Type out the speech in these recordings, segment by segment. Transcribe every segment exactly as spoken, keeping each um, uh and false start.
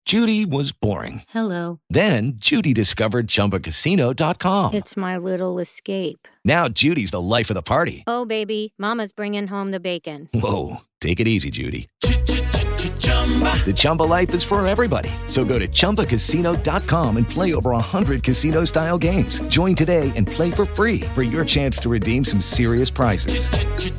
Judy was boring. Hello. Then Judy discovered Chumba Casino dot com. It's my little escape. Now Judy's the life of the party. Oh, baby, mama's bringing home the bacon. Whoa, take it easy, Judy. The Chumba life is for everybody. So go to Chumba Casino dot com and play over one hundred casino-style games. Join today and play for free for your chance to redeem some serious prizes.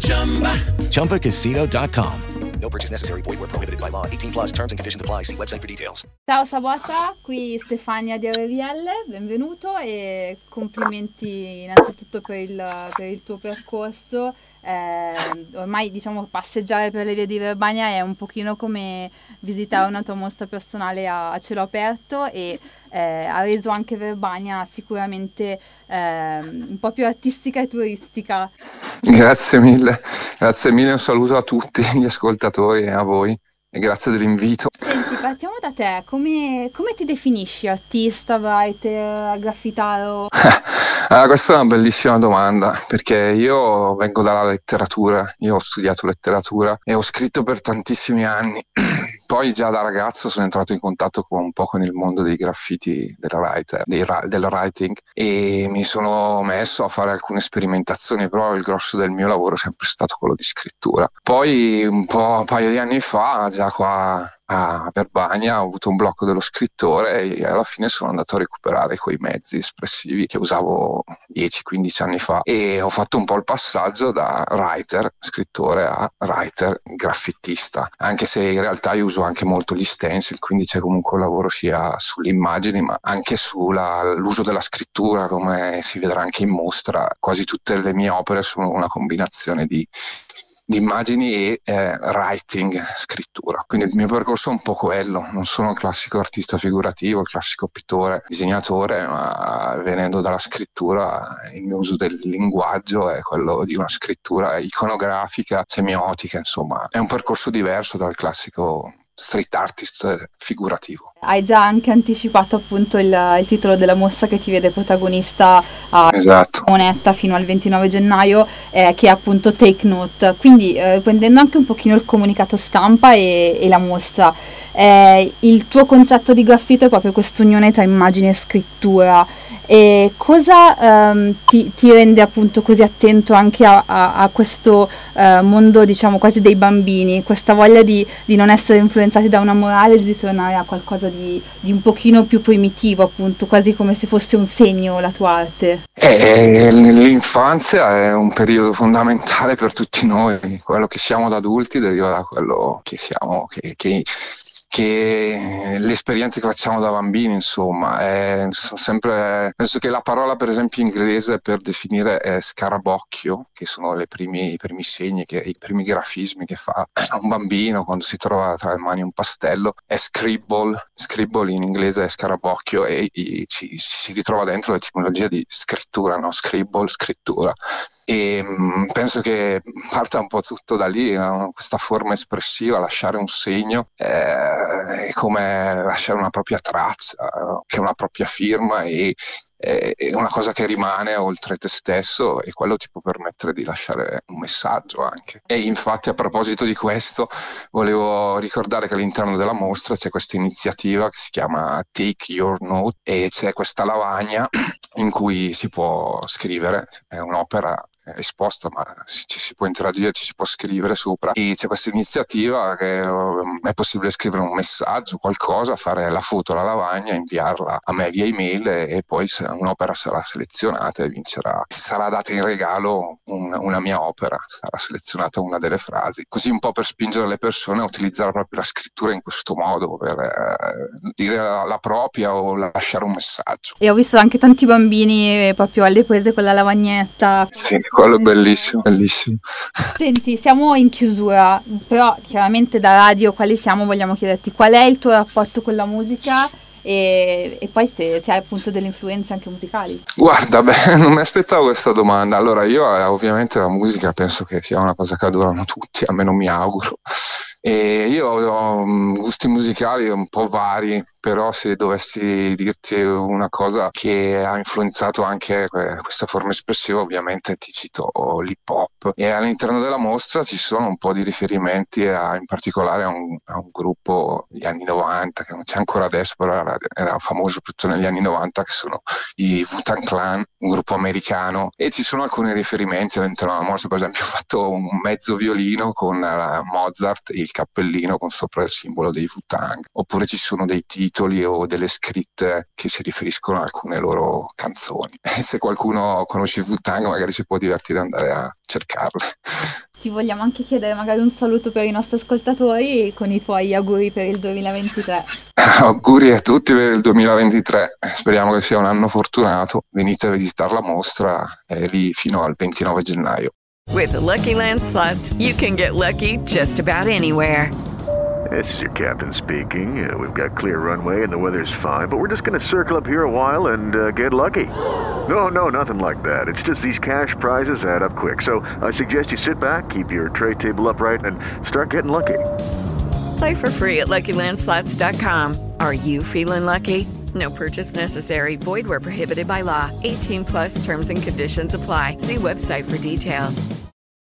Chumba Casino dot com. No purchase necessary. Void where prohibited by law. eighteen plus terms and conditions apply. See website for details. Ciao Sabata, qui Stefania di R V L, benvenuto e complimenti innanzitutto per il, per il tuo percorso. Eh, ormai diciamo passeggiare per le vie di Verbania è un pochino come visitare una tua mostra personale a, a cielo aperto e eh, ha reso anche Verbania sicuramente eh, un po' più artistica e turistica. Grazie mille, grazie mille, un saluto a tutti gli ascoltatori e a voi e grazie dell'invito. Senti, partiamo da te, come, come ti definisci? Artista, writer, graffitaro? Allora, questa è una bellissima domanda perché io vengo dalla letteratura, io ho studiato letteratura e ho scritto per tantissimi anni. Poi già da ragazzo sono entrato in contatto con un po' con il mondo dei graffiti, del writer, dei, del writing e mi sono messo a fare alcune sperimentazioni, però il grosso del mio lavoro è sempre stato quello di scrittura. Poi un po' un paio di anni fa, già qua a Verbania, ho avuto un blocco dello scrittore e alla fine sono andato a recuperare quei mezzi espressivi che usavo dieci quindici anni fa e ho fatto un po' il passaggio da writer, scrittore, a writer, graffitista, anche se in realtà io uso anche molto gli stencil, quindi c'è comunque un lavoro sia sulle immagini ma anche sull'uso della scrittura, come si vedrà anche in mostra. Quasi tutte le mie opere sono una combinazione di di immagini e eh, writing, scrittura. Quindi il mio percorso è un po' quello, non sono il classico artista figurativo, il classico pittore, disegnatore, ma venendo dalla scrittura il mio uso del linguaggio è quello di una scrittura iconografica, semiotica, insomma è un percorso diverso dal classico street artist figurativo. Hai già anche anticipato appunto il, il titolo della mostra che ti vede protagonista a esatto. Monetta fino al ventinove gennaio, eh, che è appunto Take Note, quindi eh, prendendo anche un pochino il comunicato stampa e, e la mostra, eh, il tuo concetto di graffito è proprio quest'unione tra immagine e scrittura. E cosa ehm, ti, ti rende appunto così attento anche a, a, a questo eh, mondo, diciamo, quasi dei bambini, questa voglia di, di non essere influenzati da una morale, di tornare a qualcosa di, di un pochino più primitivo, appunto, quasi come se fosse un segno la tua arte? Eh, l'infanzia è un periodo fondamentale per tutti noi, quello che siamo da adulti deriva da quello che siamo, che, che che le esperienze che facciamo da bambini, insomma, è, sono sempre, penso che la parola per esempio inglese per definire è scarabocchio, che sono le primi, i primi segni, che, i primi grafismi che fa un bambino quando si trova tra le mani un pastello, è scribble, scribble in inglese è scarabocchio e, e ci, si ritrova dentro l'etimologia di scrittura, no? Scribble, scrittura. E mh, penso che parta un po' tutto da lì, no? Questa forma espressiva, lasciare un segno, eh, è come lasciare una propria traccia, che è una propria firma e è una cosa che rimane oltre te stesso e quello ti può permettere di lasciare un messaggio anche. E infatti a proposito di questo volevo ricordare che all'interno della mostra c'è questa iniziativa che si chiama Take Your Note e c'è questa lavagna in cui si può scrivere, è un'opera esposta ma ci si può interagire, ci si può scrivere sopra e c'è questa iniziativa che um, è possibile scrivere un messaggio, qualcosa, fare la foto alla lavagna, inviarla a me via email e, e poi se un'opera sarà selezionata e vincerà, sarà data in regalo un, una mia opera, sarà selezionata una delle frasi, così un po' per spingere le persone a utilizzare proprio la scrittura in questo modo per eh, dire la, la propria o lasciare un messaggio. E ho visto anche tanti bambini proprio alle prese con la lavagnetta. Sì, quello è bellissimo, bellissimo. Senti, siamo in chiusura, però chiaramente da radio quali siamo vogliamo chiederti qual è il tuo rapporto con la musica e, e poi se, se hai appunto delle influenze anche musicali. Guarda, beh, non mi aspettavo questa domanda. Allora, io eh, ovviamente la musica penso che sia una cosa che adorano tutti, almeno mi auguro. E io ho um, gusti musicali un po' vari, però se dovessi dirti una cosa che ha influenzato anche questa forma espressiva, ovviamente ti cito l'hip hop. E all'interno della mostra ci sono un po' di riferimenti a, in particolare a un, a un gruppo degli anni novanta, che non c'è ancora adesso, però era, era famoso soprattutto negli anni novanta, che sono i Wu-Tang Clan, un gruppo americano, e ci sono alcuni riferimenti all'interno della mostra. Per esempio ho fatto un mezzo violino con uh, Mozart e il cappellino con sopra il simbolo dei Wu-Tang, oppure ci sono dei titoli o delle scritte che si riferiscono a alcune loro canzoni. E se qualcuno conosce i Wu-Tang magari si può divertire ad andare a cercarle. Ti vogliamo anche chiedere magari un saluto per i nostri ascoltatori con i tuoi auguri per il duemilaventitré. Auguri a tutti per il duemilaventitré, speriamo che sia un anno fortunato. Venite a visitare la mostra, è lì fino al ventinove gennaio. With the Lucky Land Slots, you can get lucky just about anywhere. This is your captain speaking. Uh, we've got clear runway and the weather's fine, but we're just going to circle up here a while and uh, get lucky. No, no, nothing like that. It's just these cash prizes add up quick. So I suggest you sit back, keep your tray table upright, and start getting lucky. Play for free at Lucky Land Slots dot com. Are you feeling lucky? No purchase necessary. Void where prohibited by law. eighteen plus terms and conditions apply. See website for details.